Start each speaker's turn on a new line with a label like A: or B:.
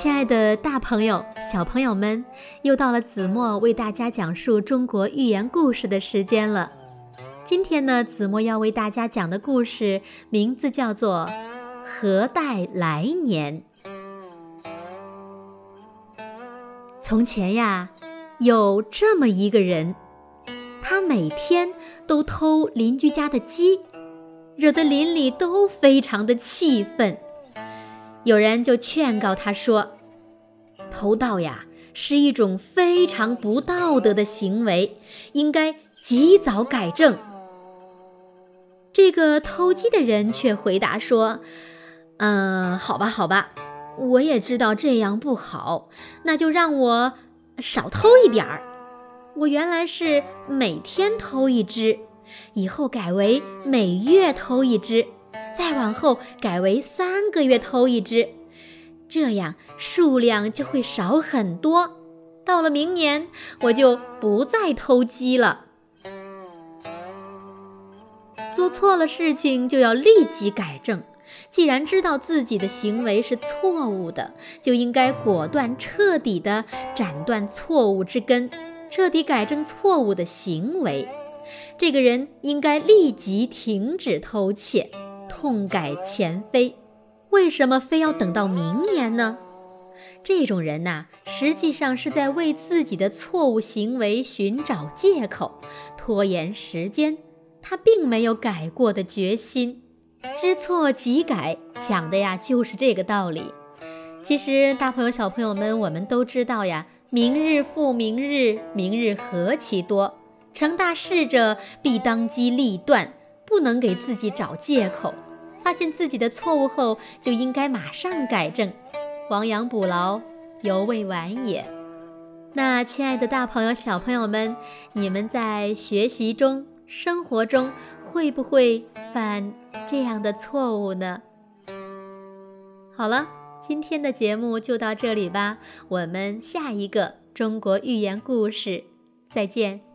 A: 亲爱的大朋友、小朋友们，又到了子墨为大家讲述中国寓言故事的时间了。今天呢，子墨要为大家讲的故事名字叫做《何待来年》。从前呀，有这么一个人，他每天都偷邻居家的鸡，惹得邻里都非常的气愤。有人就劝告他说，偷盗呀是一种非常不道德的行为，应该及早改正。这个偷鸡的人却回答说，好吧，我也知道这样不好，那就让我少偷一点儿。我原来是每天偷一只，以后改为每月偷一只，再往后改为3个月偷一只，这样数量就会少很多。到了明年，我就不再偷鸡了。做错了事情就要立即改正，既然知道自己的行为是错误的，就应该果断彻底地斩断错误之根，彻底改正错误的行为。这个人应该立即停止偷窃，痛改前非。为什么非要等到明年呢？这种人呐，实际上是在为自己的错误行为寻找借口，拖延时间。他并没有改过的决心。知错即改讲的呀就是这个道理。其实大朋友小朋友们，我们都知道呀，明日复明日，明日何其多。成大事者必当机立断，不能给自己找借口。发现自己的错误后，就应该马上改正，亡羊补牢，犹未晚也。那亲爱的大朋友小朋友们，你们在学习中生活中会不会犯这样的错误呢？好了，今天的节目就到这里吧，我们下一个中国寓言故事再见。